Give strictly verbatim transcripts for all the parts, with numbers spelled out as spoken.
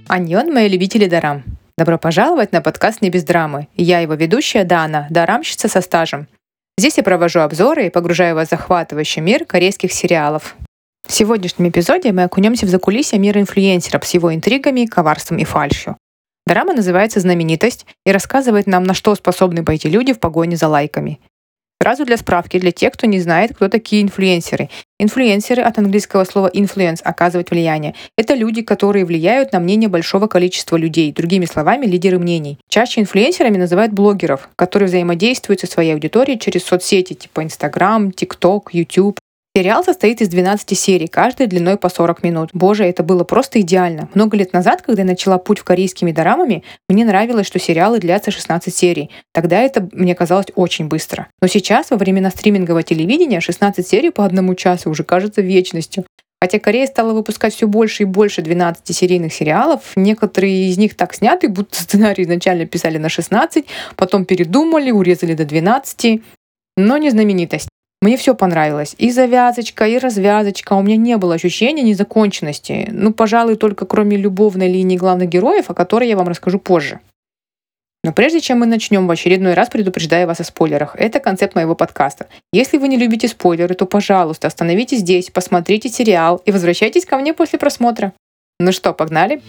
Аньон, мои любители дорам! Добро пожаловать на подкаст «Не без драмы». Я его ведущая Дана, дорамщица со стажем. Здесь я провожу обзоры и погружаю вас в захватывающий мир корейских сериалов. В сегодняшнем эпизоде мы окунемся в закулисье мира инфлюенсеров с его интригами, коварством и фальшью. Дорама называется «Знаменитость» и рассказывает нам, на что способны пойти люди в погоне за лайками. Сразу для справки, для тех, кто не знает, кто такие инфлюенсеры. Инфлюенсеры от английского слова influence — оказывать влияние. Это люди, которые влияют на мнение большого количества людей, другими словами, лидеры мнений. Чаще инфлюенсерами называют блогеров, которые взаимодействуют со своей аудиторией через соцсети типа Instagram, TikTok, YouTube. Сериал состоит из двенадцати серий, каждая длиной по сорок минут. Боже, это было просто идеально. Много лет назад, когда я начала путь в корейскими дорамами, мне нравилось, что сериалы длятся шестнадцать серий. Тогда это мне казалось очень быстро. Но сейчас, во времена стримингового телевидения, шестнадцать серий по одному часу уже кажется вечностью. Хотя Корея стала выпускать все больше и больше двенадцатисерийных сериалов, некоторые из них так сняты, будто сценарий изначально писали на шестнадцать, потом передумали, урезали до двенадцати. Но не знаменитость. Мне все понравилось. И завязочка, и развязочка. У меня не было ощущения незаконченности. Ну, пожалуй, только кроме любовной линии главных героев, о которой я вам расскажу позже. Но прежде чем мы начнем, в очередной раз предупреждаю вас о спойлерах. Это концепт моего подкаста. Если вы не любите спойлеры, то, пожалуйста, остановитесь здесь, посмотрите сериал и возвращайтесь ко мне после просмотра. Ну что, погнали?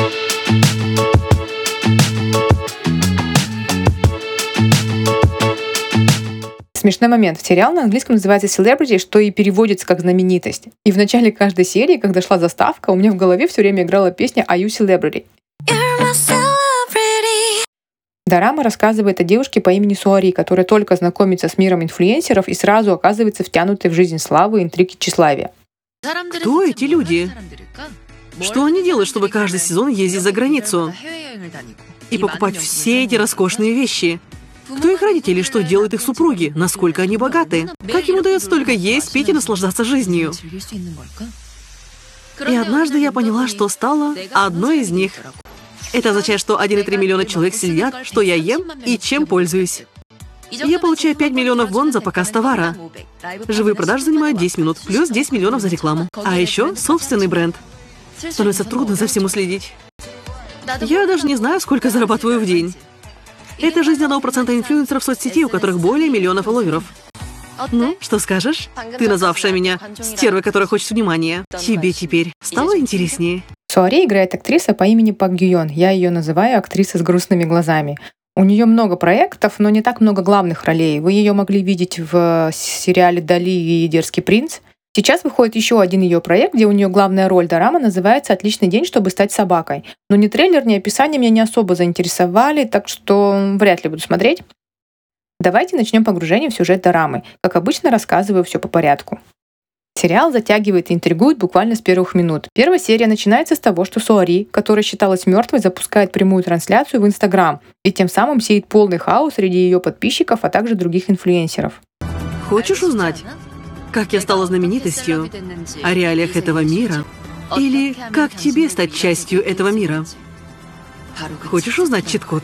Смешной момент. Сериал на английском называется Celebrity, что и переводится как знаменитость. И в начале каждой серии, когда шла заставка, у меня в голове все время играла песня Are You Celebrity? Дорама рассказывает о девушке по имени Суари, которая только знакомится с миром инфлюенсеров и сразу оказывается втянутой в жизнь славы, интриг и тщеславия. Кто эти люди? Что они делают, чтобы каждый сезон ездить за границу и покупать все эти роскошные вещи? Кто их родители, что делают их супруги, насколько они богаты? Как им удается только есть, пить и наслаждаться жизнью? И однажды я поняла, что стала одной из них. Это означает, что один и три миллиона человек следят, что я ем и чем пользуюсь. Я получаю пять миллионов вон за показ товара. Живые продажи занимают десять минут, плюс десять миллионов за рекламу. А еще собственный бренд. Становится трудно за всем уследить. Я даже не знаю, сколько зарабатываю в день. Это жизнь одного процента инфлюенсеров в соцсети, у которых более миллиона фолловеров. Ну, что скажешь? Ты, назвавшая меня стервой, которая хочет внимания. Тебе теперь стало интереснее? Суари играет актриса по имени Пак Гюйон. Я ее называю актриса с грустными глазами. У нее много проектов, но не так много главных ролей. Вы ее могли видеть в сериале «Дали» и «Дерзкий принц». Сейчас выходит еще один ее проект, где у нее главная роль дорама называется «Отличный день, чтобы стать собакой». Но ни трейлер, ни описание меня не особо заинтересовали, так что вряд ли буду смотреть. Давайте начнем погружение в сюжет дорамы. Как обычно, рассказываю все по порядку. Сериал затягивает и интригует буквально с первых минут. Первая серия начинается с того, что Суари, которая считалась мертвой, запускает прямую трансляцию в Инстаграм и тем самым сеет полный хаос среди ее подписчиков, а также других инфлюенсеров. Хочешь узнать, как я стала знаменитостью, о реалиях этого мира? Или как тебе стать частью этого мира? Хочешь узнать чит-код?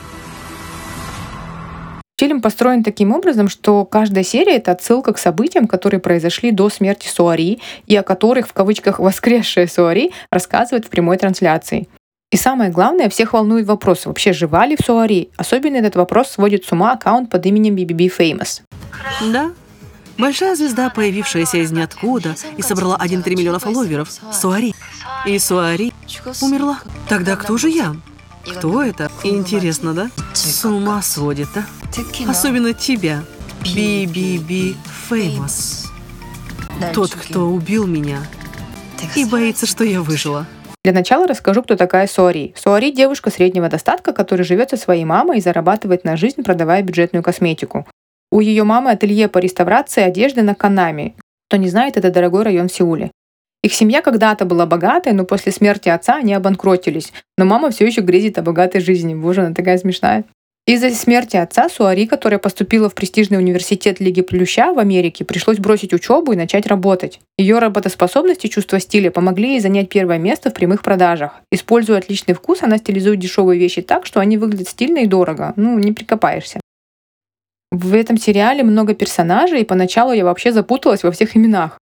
Фильм построен таким образом, что каждая серия — это отсылка к событиям, которые произошли до смерти Суари и о которых, в кавычках, воскресшая Суари рассказывает в прямой трансляции. И самое главное, всех волнует вопрос, вообще жива ли Суари? Особенно этот вопрос сводит с ума аккаунт под именем би би би Famous. Да. Большая звезда, появившаяся из ниоткуда и собрала один и три миллиона фолловеров. Суари. И Суари умерла. Тогда кто же я? Кто это? Интересно, да? С ума сводит, а? Особенно тебя. би би би Famous. Тот, кто убил меня и боится, что я выжила. Для начала расскажу, кто такая Суари. Суари — девушка среднего достатка, которая живет со своей мамой и зарабатывает на жизнь, продавая бюджетную косметику. У ее мамы ателье по реставрации одежды на Канаме. Кто не знает, это дорогой район в Сеуле. Их семья когда-то была богатой, но после смерти отца они обанкротились. Но мама все еще грезит о богатой жизни. Боже, она такая смешная. Из-за смерти отца Суари, которая поступила в престижный университет Лиги Плюща в Америке, пришлось бросить учебу и начать работать. Ее работоспособность и чувство стиля помогли ей занять первое место в прямых продажах. Используя отличный вкус, она стилизует дешевые вещи так, что они выглядят стильно и дорого. Ну, не прикопаешься. В этом сериале много персонажей, и поначалу я вообще запуталась во всех именах.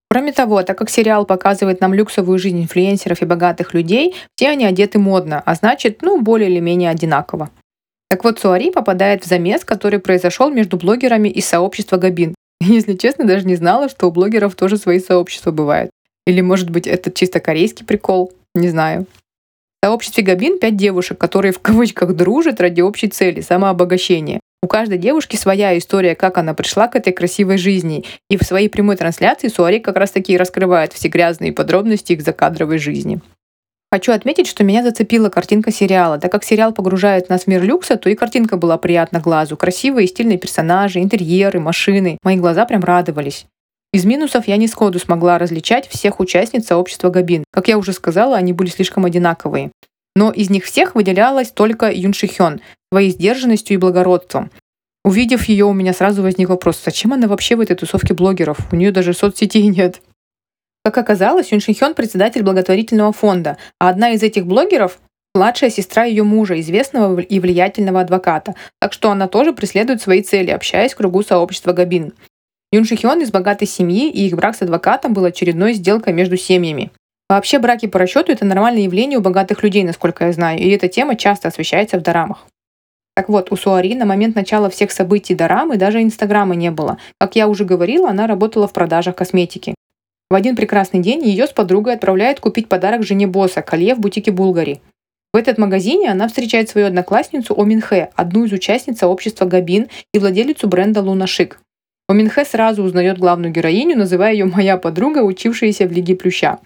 Кроме того, так как сериал показывает нам люксовую жизнь инфлюенсеров и богатых людей, все они одеты модно, а значит, ну, более или менее одинаково. Так вот, Суари попадает в замес, который произошел между блогерами из сообщества Габин. Если честно, даже не знала, что у блогеров тоже свои сообщества бывают. Или, может быть, это чисто корейский прикол? Не знаю. В сообществе Габин пять девушек, которые в кавычках дружат ради общей цели– самообогащения. У каждой девушки своя история, как она пришла к этой красивой жизни. И в своей прямой трансляции Суари как раз таки и раскрывает все грязные подробности их закадровой жизни. Хочу отметить, что меня зацепила картинка сериала. Так как сериал погружает нас в мир люкса, то и картинка была приятна глазу. Красивые и стильные персонажи, интерьеры, машины. Мои глаза прям радовались. Из минусов я не сходу смогла различать всех участниц сообщества Габин. Как я уже сказала, они были слишком одинаковые. Но из них всех выделялась только Юн Ши Хён своей сдержанностью и благородством. Увидев ее, у меня сразу возник вопрос, зачем она вообще в этой тусовке блогеров? У нее даже соцсетей нет. Как оказалось, Юн Ши Хён председатель благотворительного фонда, а одна из этих блогеров – младшая сестра ее мужа, известного и влиятельного адвоката. Так что она тоже преследует свои цели, общаясь в кругу сообщества Габин. Юн Ши Хён из богатой семьи, и их брак с адвокатом был очередной сделкой между семьями. Вообще, браки по расчету – это нормальное явление у богатых людей, насколько я знаю, и эта тема часто освещается в дорамах. Так вот, у Суари на момент начала всех событий дорамы даже инстаграма не было. Как я уже говорила, она работала в продажах косметики. В один прекрасный день ее с подругой отправляют купить подарок жене босса – колье в бутике Булгари. В этот магазине она встречает свою одноклассницу О Мин Хэ, одну из участниц сообщества Габин и владелицу бренда Луна Шик. О Мин Хэ сразу узнает главную героиню, называя ее «моя подруга, учившаяся в Лиге Плюща».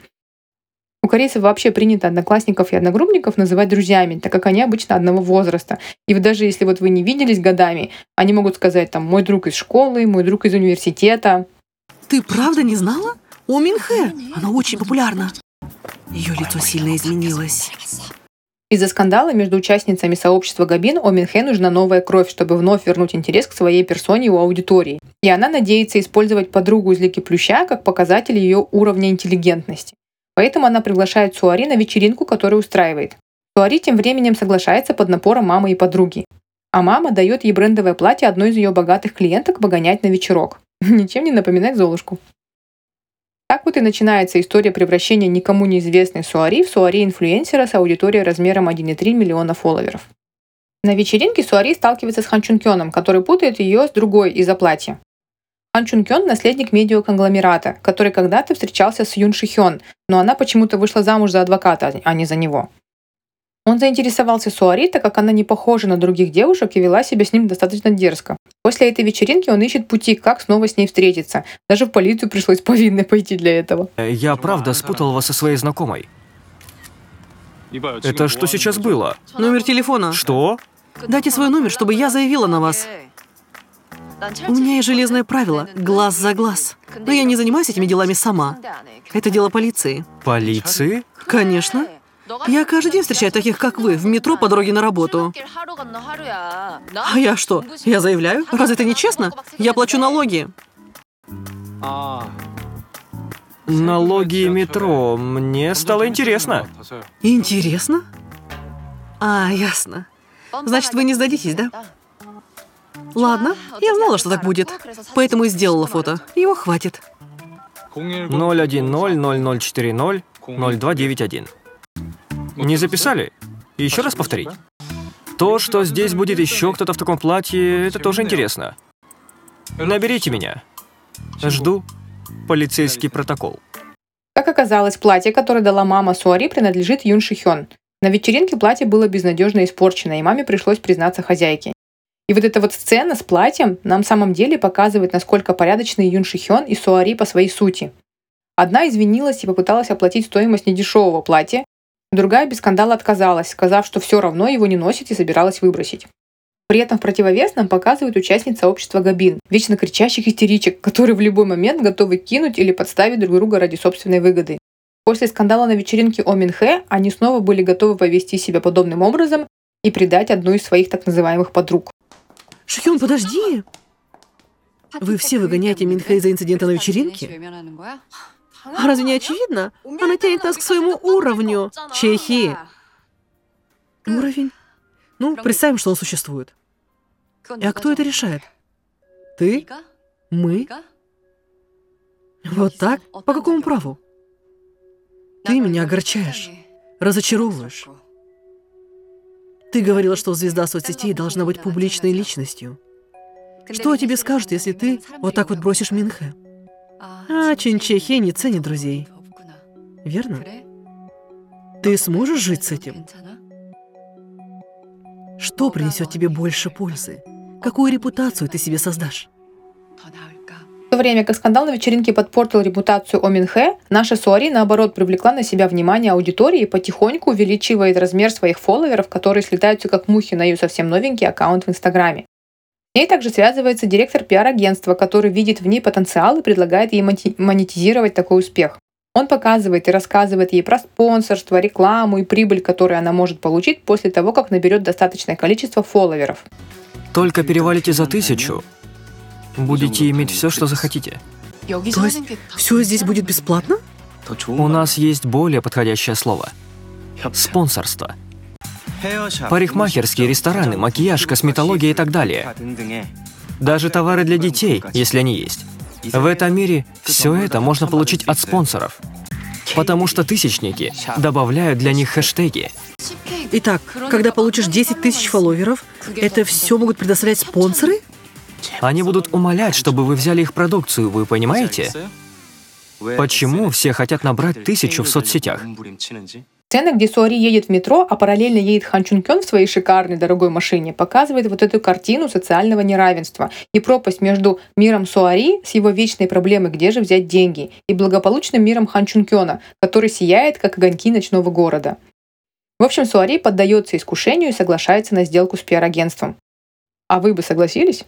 У корейцев вообще принято одноклассников и одногруппников называть друзьями, так как они обычно одного возраста. И вот даже если вот вы не виделись годами, они могут сказать там «мой друг из школы», «мой друг из университета». Ты правда не знала? О Мин Хэ, она очень популярна. Ее лицо сильно изменилось. Из-за скандала между участницами сообщества Габин О Мин Хэ нужна новая кровь, чтобы вновь вернуть интерес к своей персоне у аудитории. И она надеется использовать подругу из Лиги Плюща как показатель ее уровня интеллигентности. Поэтому она приглашает Суари на вечеринку, которую устраивает. Суари тем временем соглашается под напором мамы и подруги. А мама дает ей брендовое платье одной из ее богатых клиенток погонять на вечерок. Ничем не напоминает Золушку. Так вот и начинается история превращения никому неизвестной Суари в Суари-инфлюенсера с аудиторией размером один и три миллиона фолловеров. На вечеринке Суари сталкивается с Хан Чун Кёном, который путает ее с другой из-за платья. Хан Чун Кён – наследник медиаконгломерата, который когда-то встречался с Юн Ши Хён, но она почему-то вышла замуж за адвоката, а не за него. Он заинтересовался Суари, так как она не похожа на других девушек и вела себя с ним достаточно дерзко. После этой вечеринки он ищет пути, как снова с ней встретиться. Даже в полицию пришлось повинной пойти для этого. Я правда спутал вас со своей знакомой. Это что сейчас было? Номер телефона. Что? Дайте свой номер, чтобы я заявила на вас. У меня есть железное правило – глаз за глаз. Но я не занимаюсь этими делами сама. Это дело полиции. Полиции? Конечно. Я каждый день встречаю таких, как вы, в метро по дороге на работу. А я что? Я заявляю? Разве это не честно? Я плачу налоги. Налоги и метро. Мне стало интересно. Интересно? А, ясно. Значит, вы не сдадитесь, да? Ладно, я знала, что так будет. Поэтому и сделала фото. Его хватит. ноль один ноль ноль ноль четыре ноль ноль два девять один. Не записали? Еще раз повторить. То, что здесь будет еще кто-то в таком платье, это тоже интересно. Наберите меня. Жду полицейский протокол. Как оказалось, платье, которое дала мама Суари, принадлежит Юн Ши Хён. На вечеринке платье было безнадежно испорчено, и маме пришлось признаться хозяйке. И вот эта вот сцена с платьем на самом деле показывает, насколько порядочны Юн Ши Хён и Суари по своей сути. Одна извинилась и попыталась оплатить стоимость недешевого платья, другая без скандала отказалась, сказав, что все равно его не носит и собиралась выбросить. При этом в противовес нам показывают участниц сообщества Габин, вечно кричащих истеричек, которые в любой момент готовы кинуть или подставить друг друга ради собственной выгоды. После скандала на вечеринке О Мин Хэ они снова были готовы повести себя подобным образом и предать одну из своих так называемых подруг. Шихён, подожди! Вы все выгоняете Мин Хэ из-за инцидента на вечеринке? А разве не очевидно? Она тянет нас к своему уровню. Чехии. Уровень? Ну, представим, что он существует. А кто это решает? Ты? Мы? Вот так? По какому праву? Ты меня огорчаешь, разочаровываешь. Ты говорила, что звезда соцсетей должна быть публичной личностью. Что о тебе скажут, если ты вот так вот бросишь Минхэ? А Чинчехе не ценит друзей. Верно? Ты сможешь жить с этим? Что принесет тебе больше пользы? Какую репутацию ты себе создашь? В то время как скандал на вечеринке подпортил репутацию О Минхэ, наша Суари, наоборот, привлекла на себя внимание аудитории и потихоньку увеличивает размер своих фолловеров, которые слетаются как мухи на ее совсем новенький аккаунт в Инстаграме. С ней также связывается директор пиар-агентства, который видит в ней потенциал и предлагает ей монетизировать такой успех. Он показывает и рассказывает ей про спонсорство, рекламу и прибыль, которую она может получить после того, как наберет достаточное количество фолловеров. Только перевалите за тысячу, будете иметь все, что захотите. То есть все здесь будет бесплатно? У нас есть более подходящее слово. Спонсорство. Парикмахерские, рестораны, макияж, косметология и так далее. Даже товары для детей, если они есть. В этом мире все это можно получить от спонсоров. Потому что тысячники добавляют для них хэштеги. Итак, когда получишь десять тысяч фолловеров, это все могут предоставлять спонсоры? Они будут умолять, чтобы вы взяли их продукцию, вы понимаете? Почему все хотят набрать тысячу в соцсетях? Сцена, где Суари едет в метро, а параллельно едет Хан Чун Кён в своей шикарной дорогой машине, показывает вот эту картину социального неравенства и пропасть между миром Суари с его вечной проблемой «где же взять деньги» и благополучным миром Хан Чун Кёна, который сияет, как огоньки ночного города. В общем, Суари поддается искушению и соглашается на сделку с пиар-агентством. А вы бы согласились?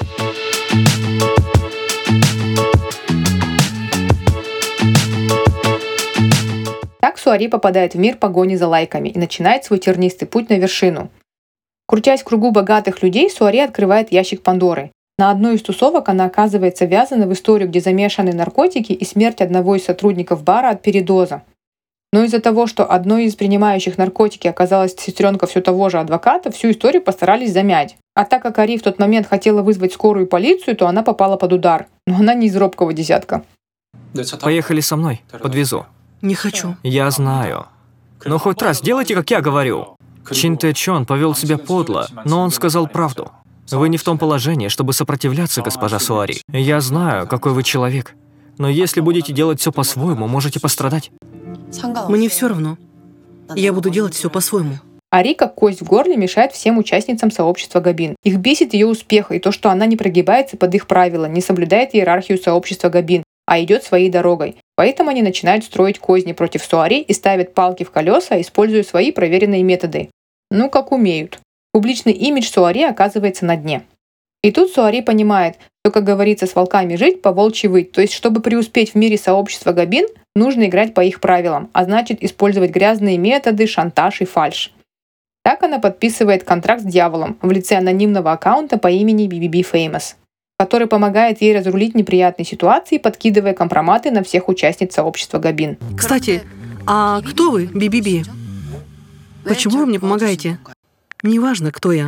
Так Суари попадает в мир погони за лайками и начинает свой тернистый путь на вершину. Крутясь в кругу богатых людей, Суари открывает ящик Пандоры. На одной из тусовок она оказывается ввязана в историю, где замешаны наркотики и смерть одного из сотрудников бара от передоза. Но из-за того, что одной из принимающих наркотики оказалась сестренка все того же адвоката, всю историю постарались замять. А так как Ари в тот момент хотела вызвать скорую и полицию, то она попала под удар. Но она не из робкого десятка. Поехали со мной, подвезу. Не хочу. Я знаю. Но хоть раз делайте, как я говорю. Чин Тэ Чон повел себя подло, но он сказал правду. Вы не в том положении, чтобы сопротивляться, госпожа Суари. Я знаю, какой вы человек. Но если будете делать все по-своему, можете пострадать. Мне все равно. Я буду делать все по-своему. Ари, как кость в горле, мешает всем участницам сообщества Габин. Их бесит ее успех и то, что она не прогибается под их правила, не соблюдает иерархию сообщества Габин, а идет своей дорогой. Поэтому они начинают строить козни против Суари и ставят палки в колеса, используя свои проверенные методы. Ну, как умеют. Публичный имидж Суари оказывается на дне. И тут Суари понимает, что, как говорится, с волками жить, по волчьи выть. То есть, чтобы преуспеть в мире сообщества Габин, нужно играть по их правилам, а значит использовать грязные методы, шантаж и фальшь. Так она подписывает контракт с дьяволом в лице анонимного аккаунта по имени би би би Famous, который помогает ей разрулить неприятные ситуации, подкидывая компроматы на всех участниц сообщества Габин. Кстати, а кто вы, би би би? Почему вы мне помогаете? Неважно, кто я.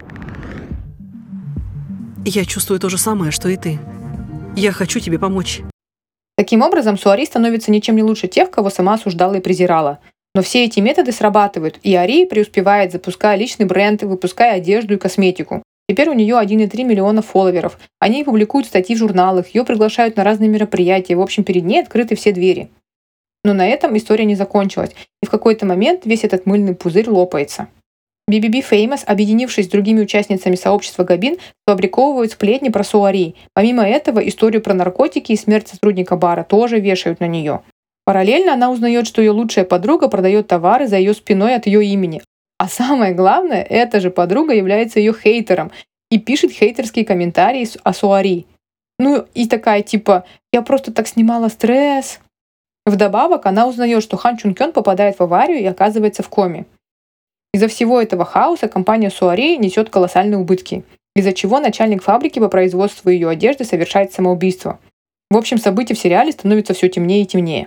Я чувствую то же самое, что и ты. Я хочу тебе помочь. Таким образом, Суари становится ничем не лучше тех, кого сама осуждала и презирала. Но все эти методы срабатывают, и Ари преуспевает, запуская личный бренд, выпуская одежду и косметику. Теперь у нее один и три миллиона фолловеров. Они публикуют статьи в журналах, ее приглашают на разные мероприятия. В общем, перед ней открыты все двери. Но на этом история не закончилась, и в какой-то момент весь этот мыльный пузырь лопается. би би би Famous, объединившись с другими участницами сообщества Габин, фабриковывают сплетни про Суари. Помимо этого, историю про наркотики и смерть сотрудника бара тоже вешают на нее. Параллельно она узнает, что ее лучшая подруга продает товары за ее спиной от ее имени. А самое главное, эта же подруга является ее хейтером и пишет хейтерские комментарии о Суари. Ну и такая типа «я просто так снимала стресс». Вдобавок она узнает, что Хан Чун Кён попадает в аварию и оказывается в коме. Из-за всего этого хаоса компания Суари несет колоссальные убытки, из-за чего начальник фабрики по производству ее одежды совершает самоубийство. В общем, события в сериале становятся все темнее и темнее.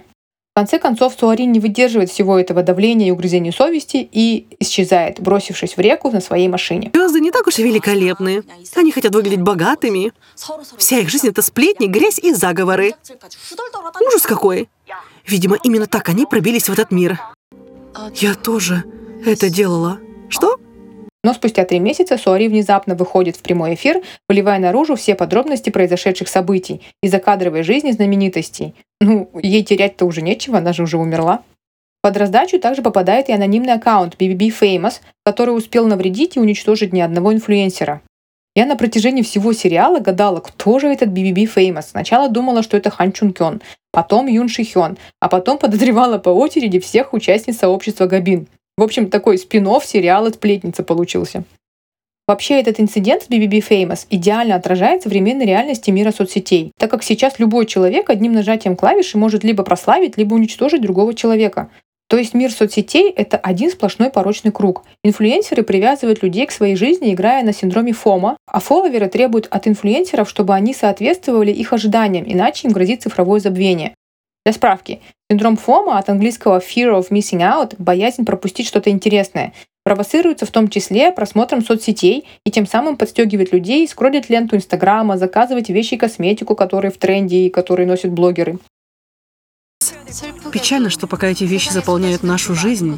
В конце концов, Суари не выдерживает всего этого давления и угрызений совести и исчезает, бросившись в реку на свосвоей машине. Звезды не так уж и великолепны. Они хотят выглядеть богатыми. Вся их жизнь — это сплетни, грязь и заговоры. Ужас какой! Видимо, именно так они пробились в этот мир. Я тоже это делала. Что? Но спустя три месяца Суари внезапно выходит в прямой эфир, выливая наружу все подробности произошедших событий из закадровой жизни знаменитостей. Ну, ей терять-то уже нечего, она же уже умерла. Под раздачу также попадает и анонимный аккаунт би би би Famous, который успел навредить и уничтожить ни одного инфлюенсера. Я на протяжении всего сериала гадала, кто же этот би би би Famous. Сначала думала, что это Хан Чун Кён, потом Юн Ши Хён, а потом подозревала по очереди всех участниц сообщества Габин. В общем, такой спин-офф сериала «Сплетница» получился. Вообще, этот инцидент с би би би Famous идеально отражает современной реальности мира соцсетей, так как сейчас любой человек одним нажатием клавиши может либо прославить, либо уничтожить другого человека. То есть мир соцсетей — это один сплошной порочный круг. Инфлюенсеры привязывают людей к своей жизни, играя на синдроме фомо, а фолловеры требуют от инфлюенсеров, чтобы они соответствовали их ожиданиям, иначе им грозит цифровое забвение. Для справки, синдром фомо от английского fear of missing out — боязнь пропустить что-то интересное, провоцируется в том числе просмотром соцсетей и тем самым подстегивает людей скроллить ленту Инстаграма, заказывать вещи и косметику, которые в тренде и которые носят блогеры. Печально, что пока эти вещи заполняют нашу жизнь,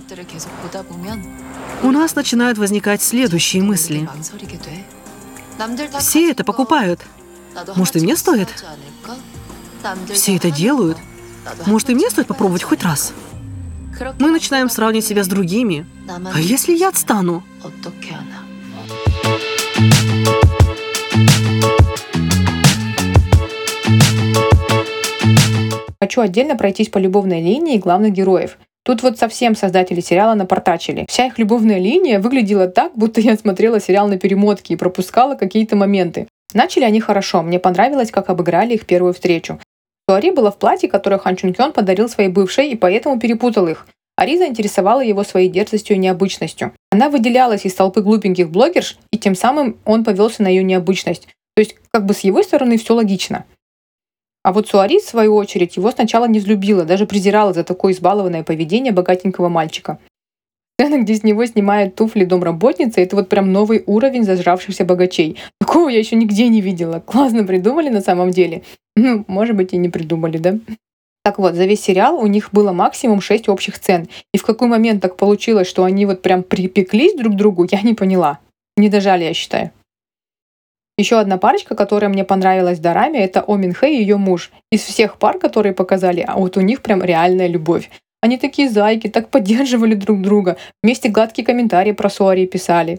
у нас начинают возникать следующие мысли. Все это покупают. Может, и мне стоит? Все это делают. Может, и мне стоит попробовать хоть раз? Мы начинаем сравнивать себя с другими. А если я отстану? Хочу отдельно пройтись по любовной линии главных героев. Тут вот совсем создатели сериала напортачили. Вся их любовная линия выглядела так, будто я смотрела сериал на перемотке и пропускала какие-то моменты. Начали они хорошо, мне понравилось, как обыграли их первую встречу. Суари была в платье, которое Хан Чун Кён подарил своей бывшей, и поэтому перепутал их. Ари заинтересовала его своей дерзостью и необычностью. Она выделялась из толпы глупеньких блогерш, и тем самым он повелся на ее необычность. То есть, как бы с его стороны все логично. А вот Суари, в свою очередь, его сначала не взлюбила, даже презирала за такое избалованное поведение богатенького мальчика. Сцена, где с него снимает туфли домработница, это вот прям новый уровень зажравшихся богачей. Такого я еще нигде не видела. Классно придумали на самом деле. Ну, может быть, и не придумали, да? Так вот, за весь сериал у них было максимум шесть общих сцен. И в какой момент так получилось, что они вот прям припеклись друг к другу, я не поняла. Не дожали, я считаю. Еще одна парочка, которая мне понравилась в дораме, это О Мин Хэ и ее муж. Из всех пар, которые показали, а вот у них прям реальная любовь. Они такие зайки, так поддерживали друг друга. Вместе гладкие комментарии про Суари писали.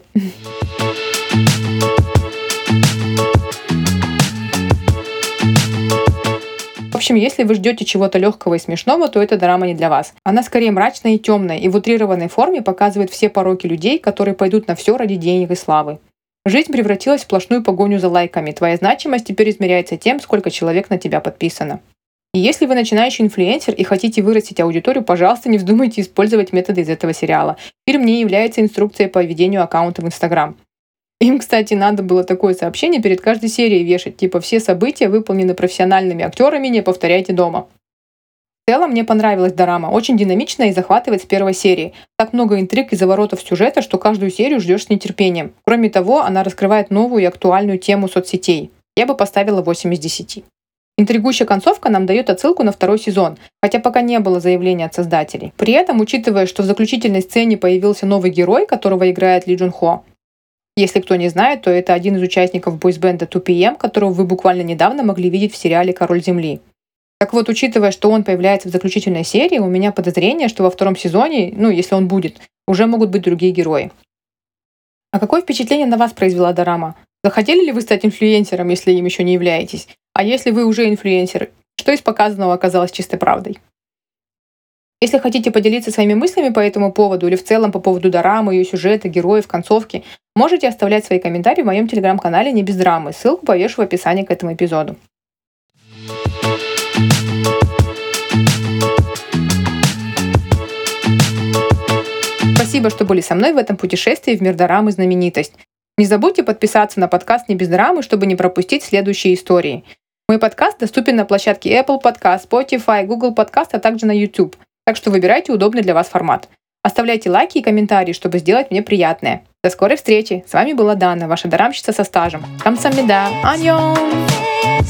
В общем, если вы ждете чего-то легкого и смешного, то эта драма не для вас. Она скорее мрачная и темная, и в утрированной форме показывает все пороки людей, которые пойдут на все ради денег и славы. Жизнь превратилась в сплошную погоню за лайками. Твоя значимость теперь измеряется тем, сколько человек на тебя подписано. И если вы начинающий инфлюенсер и хотите вырастить аудиторию, пожалуйста, не вздумайте использовать методы из этого сериала. Фильм не является инструкцией по ведению аккаунта в Инстаграм. Им, кстати, надо было такое сообщение перед каждой серией вешать, типа «Все события выполнены профессиональными актерами, не повторяйте дома». В целом мне понравилась дорама, очень динамичная и захватывает с первой серии. Так много интриг и заворотов сюжета, что каждую серию ждешь с нетерпением. Кроме того, она раскрывает новую и актуальную тему соцсетей. Я бы поставила восемь из десяти. Интригующая концовка нам дает отсылку на второй сезон, хотя пока не было заявления от создателей. При этом, учитывая, что в заключительной сцене появился новый герой, которого играет Ли Джун Хо, если кто не знает, то это один из участников бойсбенда ту пи эм, которого вы буквально недавно могли видеть в сериале «Король Земли». Так вот, учитывая, что он появляется в заключительной серии, у меня подозрение, что во втором сезоне, ну, если он будет, уже могут быть другие герои. А какое впечатление на вас произвела дорама? Захотели ли вы стать инфлюенсером, если им еще не являетесь? А если вы уже инфлюенсер, что из показанного оказалось чистой правдой? Если хотите поделиться своими мыслями по этому поводу или в целом по поводу дорамы, ее сюжета, героев, концовки, можете оставлять свои комментарии в моем телеграм-канале «Не без драмы». Ссылку повешу в описании к этому эпизоду. Спасибо, что были со мной в этом путешествии в мир дорамы «Знаменитость». Не забудьте подписаться на подкаст «Не без драмы», чтобы не пропустить следующие истории. Мой подкаст доступен на площадке Apple Podcast, Spotify, Google Podcast, а также на YouTube. Так что выбирайте удобный для вас формат. Оставляйте лайки и комментарии, чтобы сделать мне приятное. До скорой встречи. С вами была Дана, ваша дарамщица со стажем. Камсамида. Аньон!